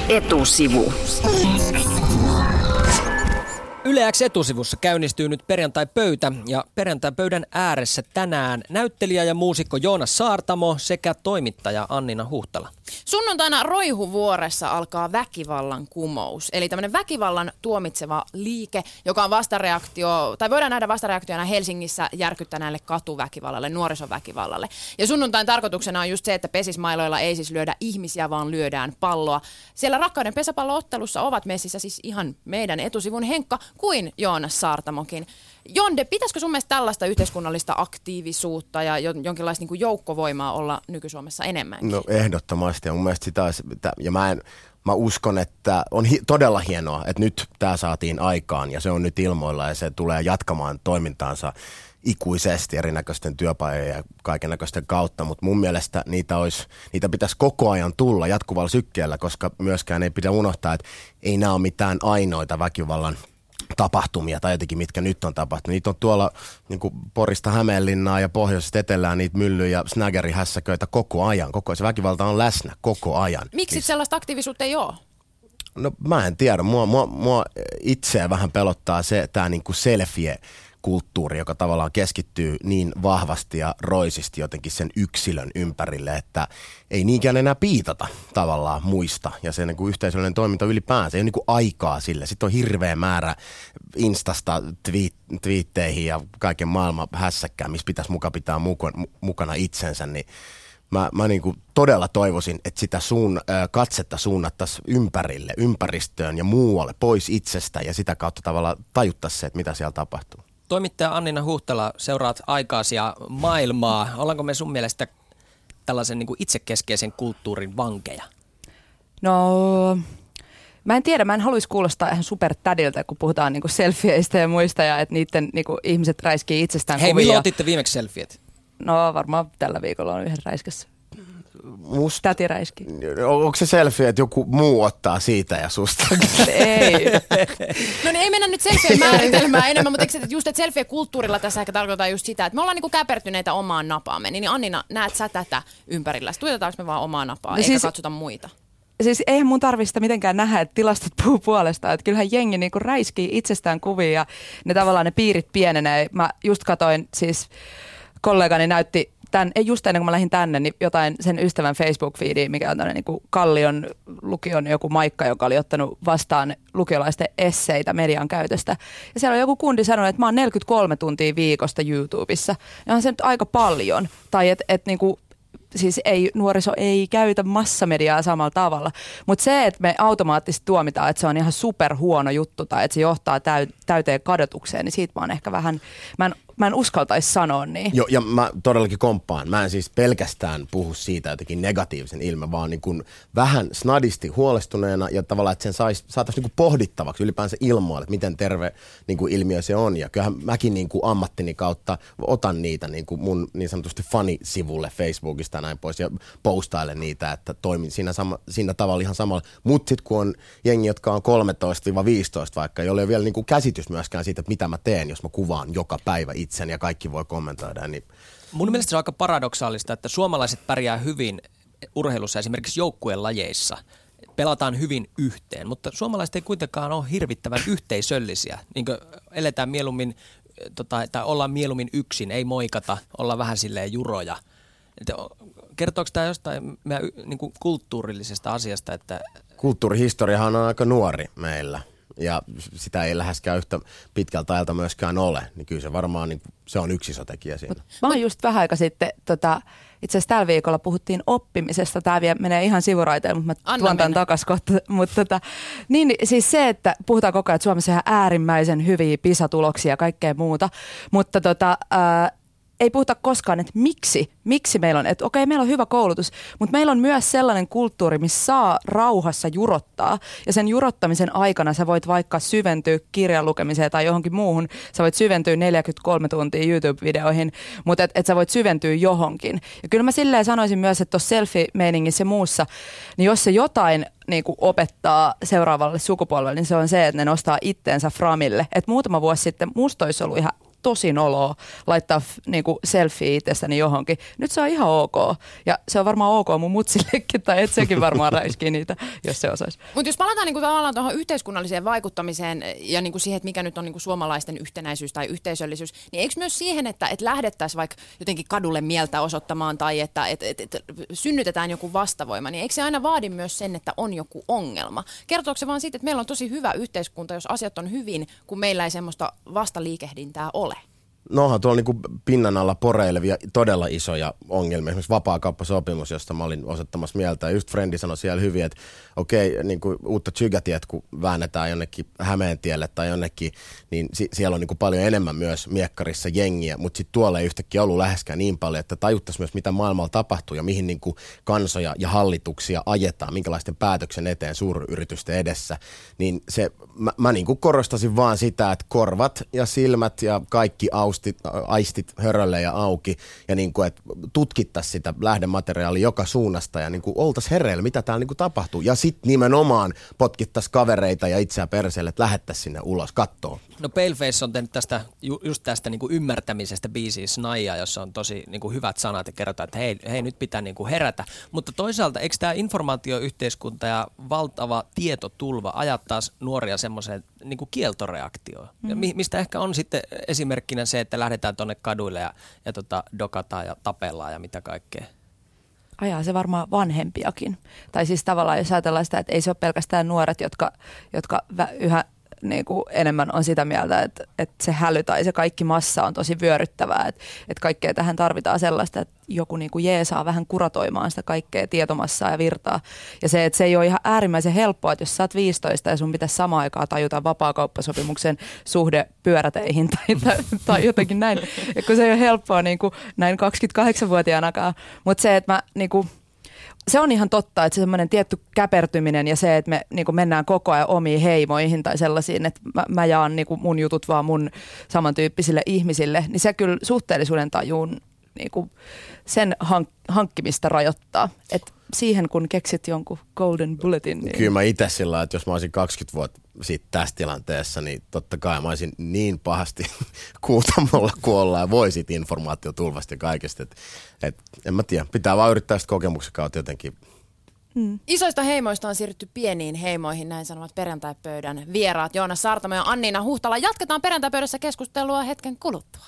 Etusivu. Yle X etusivussa käynnistyy nyt perjantai-pöytä ja perjantai-pöydän ääressä tänään näyttelijä ja muusikko Joonas Saartamo sekä toimittaja Annina Huhtala. Sunnuntaina Roihuvuoressa alkaa väkivallan kumous, eli tämmöinen väkivallan tuomitseva liike, joka on vastareaktio, tai voidaan nähdä vastareaktiona Helsingissä järkyttäneelle katuväkivallalle, nuorisoväkivallalle. Ja sunnuntain tarkoituksena on just se, että pesismailoilla ei siis lyödä ihmisiä, vaan lyödään palloa. Siellä Rakkauden pesäpallo-ottelussa ovat messissä siis ihan meidän etusivun Henkka kuin Joonas Saartamokin. Jonde, pitäisikö sun mielestä tällaista yhteiskunnallista aktiivisuutta ja jonkinlaista niin kuin joukkovoimaa olla nyky-Suomessa enemmänkin? No ehdottomasti, ja mun mielestä sitä olisi, ja mä uskon, että on todella hienoa, että nyt tämä saatiin aikaan ja se on nyt ilmoilla ja se tulee jatkamaan toimintaansa ikuisesti erinäköisten työpajojen ja kaikennäköisten kautta, mutta mun mielestä niitä pitäisi koko ajan tulla jatkuvalla sykkeellä, koska myöskään ei pidä unohtaa, että ei nämä ole mitään ainoita väkivallan tapahtumia tai jotenkin, mitkä nyt on tapahtunut. Niitä on tuolla niin kuin Porista Hämeenlinnaa ja pohjoisesta etelään niitä myllyjä ja snägerihässäköitä koko ajan. Se väkivalta on läsnä koko ajan. Miksi sellaista aktiivisuutta ei ole? No mä en tiedä. Mua itseä vähän pelottaa tämä niin kuin selfie-kulttuuri, joka tavallaan keskittyy niin vahvasti ja roisisti jotenkin sen yksilön ympärille, että ei niinkään enää piitata tavallaan muista. Ja se niin kuin yhteisöllinen toiminta ylipäänsä ei ole niin kuin aikaa sille. Sitten on hirveä määrä Instasta twiitteihin ja kaiken maailman hässäkkää, missä pitäisi muka pitää mukana itsensä, niin Mä niin kuin todella toivoisin, että sitä katsetta suunnattaisiin ympäristöön ja muualle, pois itsestä ja sitä kautta tavallaan tajuttaisiin se, että mitä siellä tapahtuu. Toimittaja Annina Huhtala, seuraat aikaisia maailmaa. Ollaanko me sun mielestä tällaisen niin kuin itsekeskeisen kulttuurin vankeja? No, mä en tiedä. Mä en haluaisi kuulostaa ihan supertädiltä, kun puhutaan niin kuin selfieistä ja muista ja että niiden niin kuin ihmiset räiskii itsestään Hei, kuvia. milloin otitte viimeksi selfiet? No varmaan tällä viikolla on yhden räiskässä. Täti räiski. Onko se selfie, että joku muu ottaa siitä ja susta? Ei. No niin, ei mennä nyt selfien määritelmään enemmän, mutta eikö just, että selfie-kulttuurilla tässä ehkä tarkoittaa just sitä, että me ollaan niinku käpertyneitä omaan napaamme. Niin Annina, näet sä tätä ympärillä? Tuijotetaanko me vaan omaa napaa, eikä siis katsota muita? Siis eihän mun tarvitse mitenkään nähdä, että tilastot puhuu puolestaan. Että kyllähän jengi niinku räiskii itsestään kuvia ja ne piirit pienenee. Mä just katoin, siis kollegani näytti ei just ennen kuin mä lähdin tänne, niin jotain sen ystävän Facebook-feediä, mikä on tämmöinen niin kuin Kallion lukion joku Maikka, joka oli ottanut vastaan lukiolaisten esseitä median käytöstä. Ja siellä on joku kundi sanonut, että mä oon 43 tuntia viikosta YouTubessa. Ja on se nyt aika paljon. Tai että niin kuin siis nuoriso ei käytä massamediaa samalla tavalla. Mutta se, että me automaattisesti tuomitaan, että se on ihan super huono juttu tai että se johtaa täyteen kadotukseen, niin siitä mä oon ehkä vähän, mä en uskaltaisi sanoa niin. Joo, ja mä todellakin komppaan. Mä en siis pelkästään puhu siitä jotenkin negatiivisen ilme, vaan niin kuin vähän snadisti huolestuneena ja tavallaan, että sen saataisiin niin kuin pohdittavaksi ylipäänsä ilmoille, että miten terve niin kuin ilmiö se on. Ja kyllähän mäkin niin kuin ammattini kautta otan niitä niin kuin mun niin sanotusti fanisivulle Facebookista ja näin pois ja postailen niitä, että toimin siinä tavalla ihan samalla. Mutta sitten kun on jengi, jotka on 13-15 vaikka, jolla ei ole vielä niin kuin käsitys myöskään siitä, että mitä mä teen, jos mä kuvaan joka päivä itsen ja kaikki voi kommentoida. Niin. Mun mielestä se on aika paradoksaalista, että suomalaiset pärjää hyvin urheilussa, esimerkiksi joukkueen lajeissa. Pelataan hyvin yhteen, mutta suomalaiset ei kuitenkaan ole hirvittävän yhteisöllisiä. Niin kuin eletään mieluummin, tai ollaan mieluummin yksin, ei moikata, olla vähän silleen juroja. Kertooko tämä jostain niin kuin kulttuurillisesta asiasta? Että kulttuurihistoriahan on aika nuori meillä. Ja sitä ei läheskään yhtä pitkältä ajalta myöskään ole, niin kyllä se varmaan niin se on yksi iso tekijä siinä. Mä oon just vähän aika sitten, itse asiassa tällä viikolla puhuttiin oppimisesta, tämä vielä menee ihan sivuraiteille, mutta mä tuon tämän takaisin kohta. Mutta niin siis se, että puhutaan koko ajan, että Suomessa on ihan äärimmäisen hyviä PISA-tuloksia ja kaikkea muuta, mutta ei puhuta koskaan, että miksi meillä on, että okei, meillä on hyvä koulutus, mutta meillä on myös sellainen kulttuuri, missä saa rauhassa jurottaa ja sen jurottamisen aikana sä voit vaikka syventyä kirjan lukemiseen tai johonkin muuhun, sä voit syventyä 43 tuntia YouTube-videoihin, mutta et sä voit syventyä johonkin. Ja kyllä mä silleen sanoisin myös, että tuossa selfie-meiningissä ja muussa, niin jos se jotain niin kuin opettaa seuraavalle sukupolvelle, niin se on se, että ne nostaa itteensä framille. Et muutama vuosi sitten musta olisi ollut ihan tosi noloa laittaa niinku selfie itsestäni johonkin. Nyt se on ihan ok. Ja se on varmaan ok mun mutsillekin, tai et sekin varmaan räiskii niitä, jos se osaisi. Mutta jos palataan niinku tavallaan tuohon yhteiskunnalliseen vaikuttamiseen ja niinku siihen, että mikä nyt on niinku suomalaisten yhtenäisyys tai yhteisöllisyys, niin eikö myös siihen, että lähdettäisiin vaikka jotenkin kadulle mieltä osoittamaan tai että synnytetään joku vastavoima, niin eikö se aina vaadi myös sen, että on joku ongelma? Kertooko se vaan siitä, että meillä on tosi hyvä yhteiskunta, jos asiat on hyvin, kun meillä ei semmoista vastaliikehdintää ole? No onhan tuolla niinku pinnan alla poreilevia todella isoja ongelmia. Esimerkiksi vapaakauppasopimus, josta mä olin osoittamassa mieltä. Ja just Frendi sanoi siellä hyvin, että okei, niinku uutta Tsygätiet, kun väännetään jonnekin Hämeentielle tai jonnekin, niin siellä on niinku paljon enemmän myös miekkarissa jengiä. Mutta sitten tuolla ei yhtäkkiä ollut läheskään niin paljon, että tajuttaisiin myös, mitä maailmalla tapahtuu ja mihin niinku kansoja ja hallituksia ajetaan, minkälaisten päätöksen eteen suuryritysten edessä. Niin se, mä niinku korostasin vaan sitä, että korvat ja silmät ja kaikki aistit hörölle ja auki ja niin kuin, että tutkittaisiin sitä lähdemateriaalia joka suunnasta ja niin kuin oltaisiin hereillä, mitä täällä niin kuin tapahtuu. Ja sitten nimenomaan potkittaisiin kavereita ja itseään perseelle, että lähettäisiin sinne ulos kattoo. No Paleface on tehnyt just tästä niin kuin ymmärtämisestä biisiä Snaijaa, jossa on tosi niin kuin hyvät sanat ja kerrotaan, että hei nyt pitää niin kuin herätä. Mutta toisaalta eikö tämä informaatioyhteiskunta ja valtava tietotulva ajattaa nuoria semmoiseen niin kuin kieltoreaktioon? Mistä ehkä on sitten esimerkkinä se, että lähdetään tuonne kaduille ja dokataan ja tapellaan ja mitä kaikkea. Ajaa se varmaan vanhempiakin. Tai siis tavallaan jos ajatellaan sitä, että ei se ole pelkästään nuoret, jotka yhä niin kuin enemmän on sitä mieltä, että se häly tai se kaikki massa on tosi vyöryttävää, että kaikkea tähän tarvitaan sellaista, että joku niin kuin jeesaa vähän kuratoimaan sitä kaikkea tietomassaa ja virtaa. Ja se, että se ei ole ihan äärimmäisen helppoa, että jos sä oot 15 ja sun pitäisi samaan aikaan tajuta vapaakauppasopimuksen suhde pyöräteihin tai jotenkin näin, kun se ei ole helppoa niin kuin näin 28-vuotiaanakaan. Mutta se, että mä niin kuin se on ihan totta, että se semmoinen tietty käpertyminen ja se, että me niin kuin mennään koko ajan omiin heimoihin tai sellaisiin, että mä jaan niin kuin mun jutut vaan mun samantyyppisille ihmisille, niin se kyllä suhteellisuuden tajuun niin kuin sen hankkimista rajoittaa. Et siihen kun keksit jonkun golden bulletin. Niin kyllä mä itse sillä, että jos mä olisin 20 vuotta siitä tässä tilanteessa, niin totta kai mä olisin niin pahasti kuutamolla kuolla ja voi siitä informaatiotulvasta ja kaikesta. Et en mä tiedä, pitää vaan yrittää sitä kokemuksen kautta jotenkin. Isoista heimoista on siirrytty pieniin heimoihin, näin sanovat perjantaipöydän vieraat Joonas Saartamo ja Anniina Huhtala. Jatketaan perjantaipöydässä keskustelua hetken kuluttua.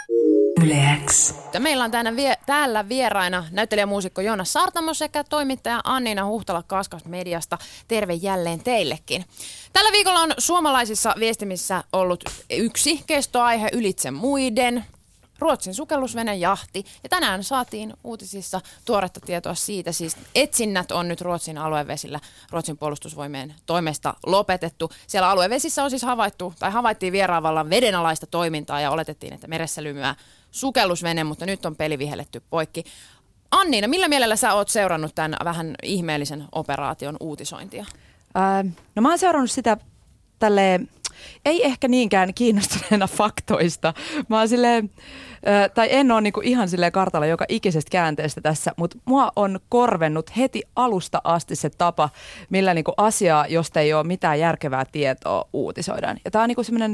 Yle X. Meillä on täällä vieraina näyttelijämuusikko Joonas Saartamo sekä toimittaja Anniina Huhtala Kaskast Mediasta. Terve jälleen teillekin. Tällä viikolla on suomalaisissa viestimissä ollut yksi kestoaihe ylitse muiden. Ruotsin sukellusvenejahti. Ja tänään saatiin uutisissa tuoretta tietoa siitä. Siis etsinnät on nyt Ruotsin aluevesillä Ruotsin puolustusvoimien toimesta lopetettu. Siellä aluevesissä on siis havaittiin vieraavalla vedenalaista toimintaa ja oletettiin, että meressä lymyää sukellusvene, mutta nyt on peli vihelletty poikki. Anniina, millä mielellä sä oot seurannut tämän vähän ihmeellisen operaation uutisointia? No mä oon seurannut sitä tälleen, ei ehkä niinkään kiinnostuneena faktoista. Mä oon silleen, tai en ole niinku ihan silleen kartalla joka ikisestä käänteestä tässä, mutta mua on korvennut heti alusta asti se tapa, millä niinku asiaa, josta ei ole mitään järkevää tietoa, uutisoidaan. Ja tää on niinku semmoinen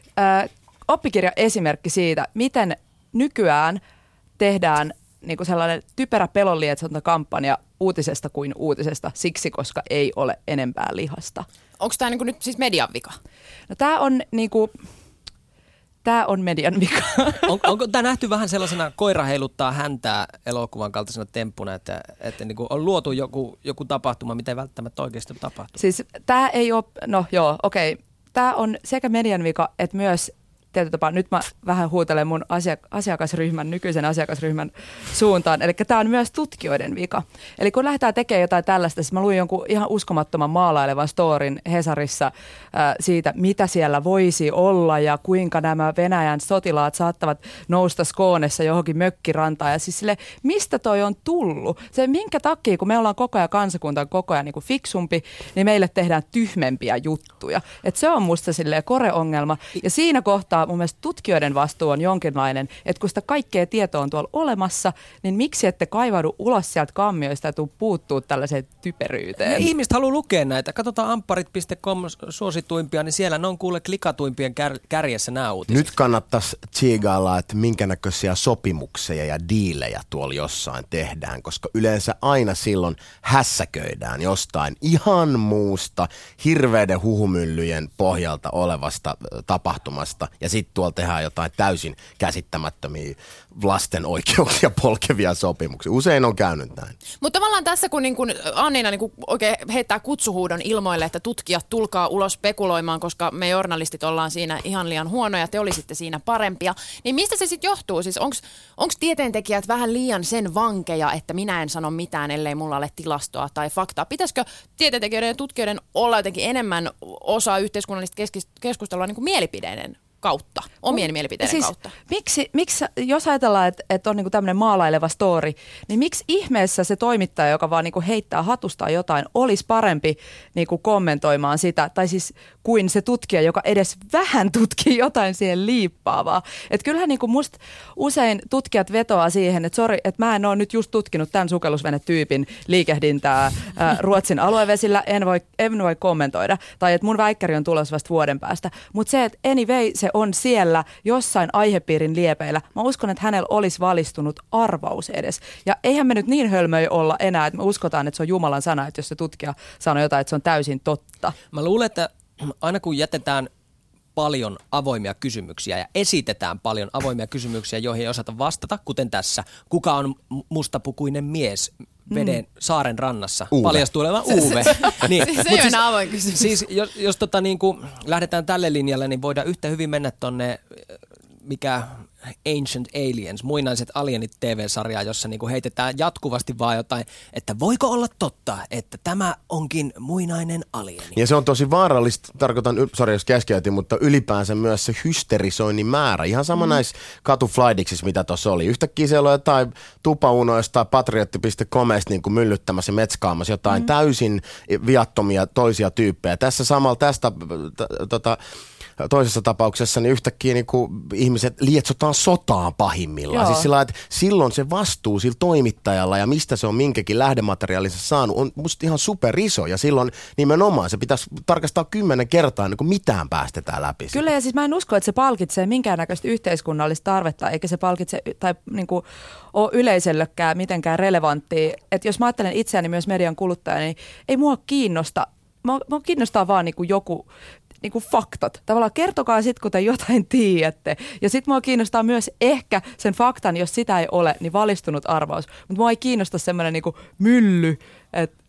oppikirjaesimerkki siitä, miten nykyään tehdään niinku sellainen typerä pelonlietsonta-kampanja uutisesta kuin uutisesta siksi, koska ei ole enempää lihasta. Onko tämä niinku nyt siis median vika? No tämä on median vika. Onko tämä nähty vähän sellaisena koira heiluttaa häntää elokuvan kaltaisena temppuna, että niinku on luotu joku tapahtuma, mitä ei välttämättä oikeasti tapahtuu? Siis tämä ei ole, no joo, okei. Tämä on sekä median vika, että myös tietyllä tapaa, nyt mä vähän huutelen mun nykyisen asiakasryhmän suuntaan. Eli tämä on myös tutkijoiden vika. Eli kun lähdetään tekemään jotain tällaista, siis mä luin jonkun ihan uskomattoman maalailevan storin Hesarissa siitä, mitä siellä voisi olla ja kuinka nämä Venäjän sotilaat saattavat nousta Skoonessa johonkin mökkirantaan. Ja siis sille, mistä toi on tullut? Se minkä takia, kun me ollaan koko ajan kansakunta koko ajan niin kuin fiksumpi, niin meille tehdään tyhmempiä juttuja. Et se on musta silleen koreongelma. Ja siinä kohtaa kohtaa mun mielestä tutkijoiden vastuu on jonkinlainen, että kun sitä kaikkea tietoa on tuolla olemassa, niin miksi ette kaivaudu ulos sieltä kammioista ja tuu puuttuu tällaiseen typeryyteen? Ja ihmiset haluaa lukea näitä. Katsotaan ampparit.com suosituimpia, niin siellä ne on kuule klikatuimpien kärjessä nämä uutiset. Nyt kannattaisi tsiigailla, että minkä näköisiä sopimuksia ja diilejä tuolla jossain tehdään, koska yleensä aina silloin hässäköidään jostain ihan muusta hirveiden huhumyllyjen pohjalta olevasta tapahtumasta ja sitten tuolla tehdään jotain täysin käsittämättömiä lasten oikeuksia polkevia sopimuksia. Usein on käynyt näin. Mutta tavallaan tässä, kun Annina oikein heittää kutsuhuudon ilmoille, että tutkijat tulkaa ulos spekuloimaan, koska me journalistit ollaan siinä ihan liian huonoja, te olisitte siinä parempia, niin mistä se sitten johtuu? Siis onko tieteentekijät vähän liian sen vankeja, että minä en sano mitään, ellei mulla ole tilastoa tai faktaa? Pitäisikö tieteentekijöiden ja tutkijoiden olla jotenkin enemmän osa yhteiskunnallista keskustelua niin kuin mielipideiden kautta, omien mielipiteiden kautta? Miksi, jos ajatellaan, että on niinku tämmöinen maalaileva story, niin miksi ihmeessä se toimittaja, joka vaan niinku heittää hatustaan jotain, olisi parempi niinku kommentoimaan sitä, tai siis kuin se tutkija, joka edes vähän tutkii jotain siihen liippaavaa. Että kyllähän niinku musta usein tutkijat vetoaa siihen, että sori, että mä en ole nyt just tutkinut tämän sukellusvenetyypin liikehdintää Ruotsin aluevesillä, en voi kommentoida, tai että mun väikkäri on tulossa vasta vuoden päästä. Mutta se, että anyway, se on siellä jossain aihepiirin liepeillä. Mä uskon, että hänellä olisi valistunut arvaus edes. Ja eihän me nyt niin hölmöjä olla enää, että me uskotaan, että se on Jumalan sana, että jos se tutkija sanoo jotain, että se on täysin totta. Mä luulen, että aina kun jätetään paljon avoimia kysymyksiä ja esitetään paljon avoimia kysymyksiä, joihin ei osata vastata, kuten tässä. Kuka on mustapukuinen mies veden saaren rannassa? Paljastuu olevan Uwe. Niin. Se ei ole enää avoin kysymys. Siis jos niin kuin lähdetään tälle linjalle, niin voidaan yhtä hyvin mennä tonne, mikä Ancient Aliens, muinaiset alienit TV-sarjaa, jossa niinku heitetään jatkuvasti vaan jotain, että voiko olla totta, että tämä onkin muinainen alieni. Ja se on tosi vaarallista, tarkoitan, sori jos keskeytin, mutta ylipäänsä myös se hysterisoinnin määrä. Ihan sama näissä katuflaidiksissa, mitä tuossa oli. Yhtäkkiä siellä on jotain tupaunoista tai patriotti.comesta niin kuin myllyttämässä, metskaamassa jotain täysin viattomia toisia tyyppejä. Tässä samalla tästä toisessa tapauksessa niin yhtäkkiä niin kuin ihmiset lietsotaan sotaan pahimmillaan. Siis sillä, että silloin se vastuu sillä toimittajalla ja mistä se on minkäkin lähdemateriaalissa saanut on musta ihan superiso. Ja silloin nimenomaan se pitäisi tarkastaa 10 kertaa, niin kuin mitään päästetään läpi. Kyllä, ja siis mä en usko, että se palkitsee minkäännäköistä yhteiskunnallista tarvetta, eikä se palkitse tai niin kuin ole yleisöllekään mitenkään relevanttia. Että jos mä ajattelen itseäni myös median kuluttaja, niin ei mua kiinnosta. Mua kiinnostaa vaan niin kuin joku niinku faktat. Tavallaan kertokaa sitten, kun te jotain tiedätte. Ja sitten mua kiinnostaa myös ehkä sen faktan, jos sitä ei ole, niin valistunut arvaus. Mutta mua ei kiinnosta semmoinen niinku mylly, että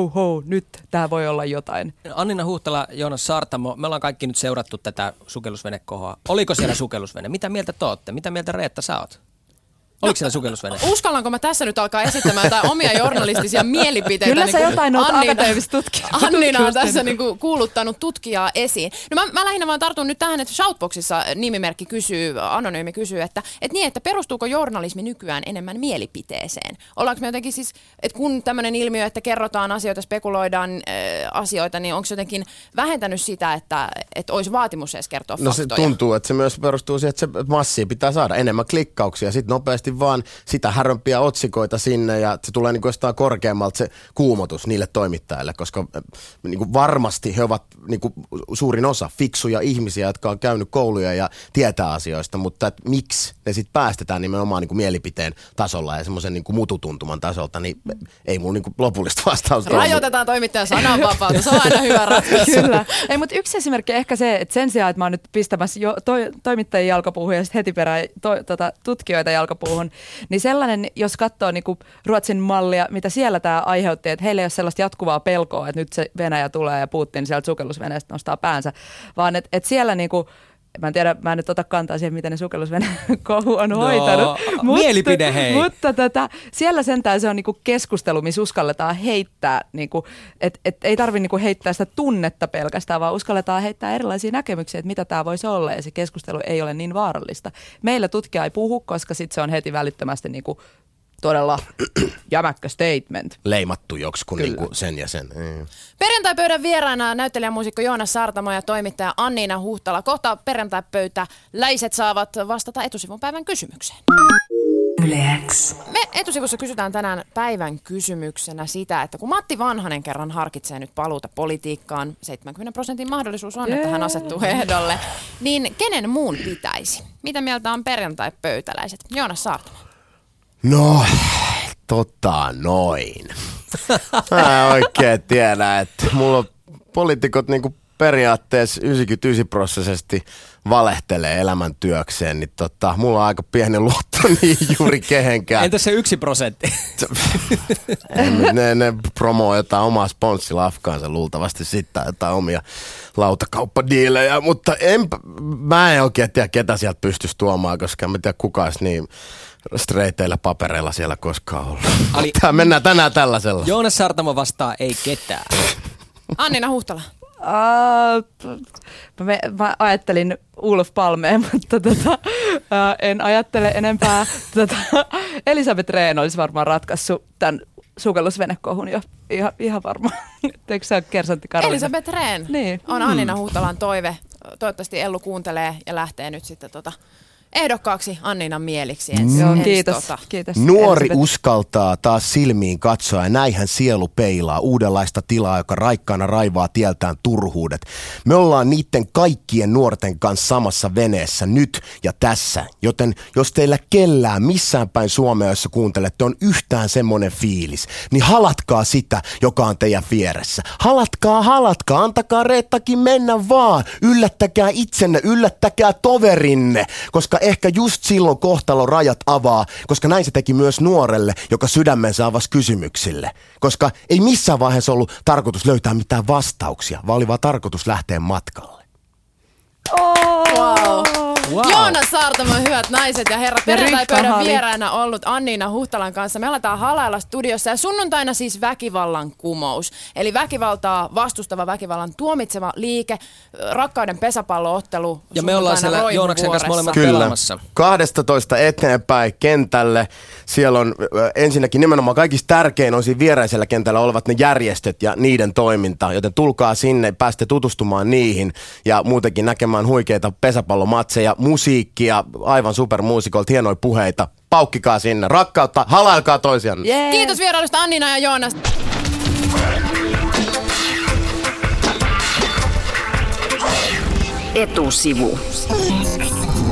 nyt tää voi olla jotain. Annina Huhtala, Joonas Saartamo, me ollaan kaikki nyt seurattu tätä sukellusvenekohoa. Oliko siellä sukellusvene? Mitä mieltä te ootte? Mitä mieltä Reetta sä oot? Oliko siellä sukellusvene? Uskallanko mä tässä nyt alkaa esittämään jotain omia journalistisia mielipiteitä? Kyllä sä jotain oot akateemista tutkijaa. Annina on tässä niinku kuuluttanut tutkijaa esiin. No mä lähinnä vaan tartun nyt tähän, että Shoutboxissa nimimerkki kysyy, anonyymi kysyy, että perustuuko journalismi nykyään enemmän mielipiteeseen? Ollaanko me jotenkin siis, että kun tämmöinen ilmiö, että kerrotaan asioita, spekuloidaan asioita, niin onko se jotenkin vähentänyt sitä, että olisi vaatimus edes kertoa faktoja? No se tuntuu, että se myös perustuu siihen, että se massia pitää saada enemmän klikkauksia, sitten nopeasti vaan sitä härömpiä otsikoita sinne ja se tulee niinku jostain korkeammalta se kuumotus niille toimittajille, koska niinku varmasti he ovat niinku suurin osa fiksuja ihmisiä, jotka on käynyt kouluja ja tietää asioista, mutta miksi ne sitten päästetään nimenomaan niinku mielipiteen tasolla ja semmoisen niinku mututuntuman tasolta, niin ei mulla niinku lopullista vastausta. Rajoitetaan toimittajan sananvapautta, se on aina hyvä ratkaisu. Kyllä. Ei, mutta yksi esimerkki ehkä se, että sen sijaan, että mä oon nyt pistämässä toimittajien jalkapuuhun ja sitten heti perään tutkijoita jalkapuuhun, niin sellainen, jos katsoo niinku Ruotsin mallia, mitä siellä tämä aiheutti, että heillä ei ole sellaista jatkuvaa pelkoa, että nyt se Venäjä tulee ja Putin sieltä sukellusveneestä nostaa päänsä, vaan että siellä niinku, mä en nyt ota kantaa siihen, miten ne sukellusvenekohu on hoitanut. Mielipide hei. Mutta siellä sentään se on niinku keskustelu, missä uskalletaan heittää, niinku, että ei tarvitse niinku heittää sitä tunnetta pelkästään, vaan uskalletaan heittää erilaisia näkemyksiä, että mitä tämä voisi olla, ja se keskustelu ei ole niin vaarallista. Meillä tutkija ei puhu, koska sitten se on heti välittömästi niinku todella jämäkkä statement. Leimattu joksikun niinku sen ja sen. Perjantai-pöydän vieraana näyttelijämuusikko Joonas Saartamo ja toimittaja Anniina Huhtala. Kohta perjantai-pöytäläiset saavat vastata etusivun päivän kysymykseen. Me etusivussa kysytään tänään päivän kysymyksenä sitä, että kun Matti Vanhanen kerran harkitsee nyt paluuta politiikkaan, 70% mahdollisuus on, että hän asettuu ehdolle, niin kenen muun pitäisi? Mitä mieltä on perjantai-pöytäläiset? Joonas Saartamo. No, noin. Mä en oikein tiedä, että mulla poliitikot niinku periaatteessa 99% valehtelee elämäntyökseen, niin mulla on aika pieni luotto niin juuri kehenkään. Entä se 1%? ne promoo jotain omaa sponssilafkaansa luultavasti sitten jotain omia lautakauppadiilejä, mutta mä en oikein tiedä, ketä sieltä pystyisi tuomaan, koska mä en tiedä kuka olisi niin streiteillä papereilla siellä koskaan ollut. Mennään tänään tällaisella. Joonas Saartamo vastaa ei ketään. Anniina Huhtala. Mä ajattelin Olof Palmea, mutta en ajattele enempää. Elisabeth Rehn olisi varmaan ratkaissut tämän sukellusvenekohun jo ihan varmaan. Eikö se ole kersantti Karolina? Elisabeth Rehn on Anniina Huhtalan toive. Toivottavasti Ellu kuuntelee ja lähtee nyt sitten ehdokkaaksi Anniinan mieliksi ensin. Joo, kiitos. Nuori uskaltaa taas silmiin katsoa ja näinhän sielu peilaa uudenlaista tilaa, joka raikkaana raivaa tieltään turhuudet. Me ollaan niiden kaikkien nuorten kanssa samassa veneessä nyt ja tässä, joten jos teillä kellään missään päin Suomea, jossa kuuntelette, on yhtään semmoinen fiilis, niin halatkaa sitä, joka on teidän vieressä. Halatkaa, antakaa Reettakin mennä vaan. Yllättäkää itsenne, yllättäkää toverinne, koska ehkä just silloin kohtalon rajat avaa, koska näin se teki myös nuorelle, joka sydämensä avasi kysymyksille. Koska ei missään vaiheessa ollut tarkoitus löytää mitään vastauksia, vaan oli vaan tarkoitus lähteä matkalle. Wow. Joonas Saartamo, hyvät naiset ja herrat, perjantai-pöydän vieraana ollut Anniina Huhtalan kanssa. Me aletaan halailla studiossa ja sunnuntaina siis väkivallan kumous. Eli väkivaltaa vastustava, väkivallan tuomitseva liike, rakkauden pesäpalloottelu. Ja me ollaan siellä Joonaksen kanssa molemmat pelaamassa. 12 eteenpäin kentälle. Siellä on ensinnäkin nimenomaan kaikista tärkein on siinä vieraisella kentällä olevat ne järjestöt ja niiden toiminta. Joten tulkaa sinne, pääste tutustumaan niihin ja muutenkin näkemään huikeita pesäpallomatseja, musiikkia, aivan supermuusikolta, hienoja puheita. Paukkikaa sinne, rakkautta, halailkaa toisianne. Yeah. Kiitos vierailusta Anniina ja Joonas. Etusivu.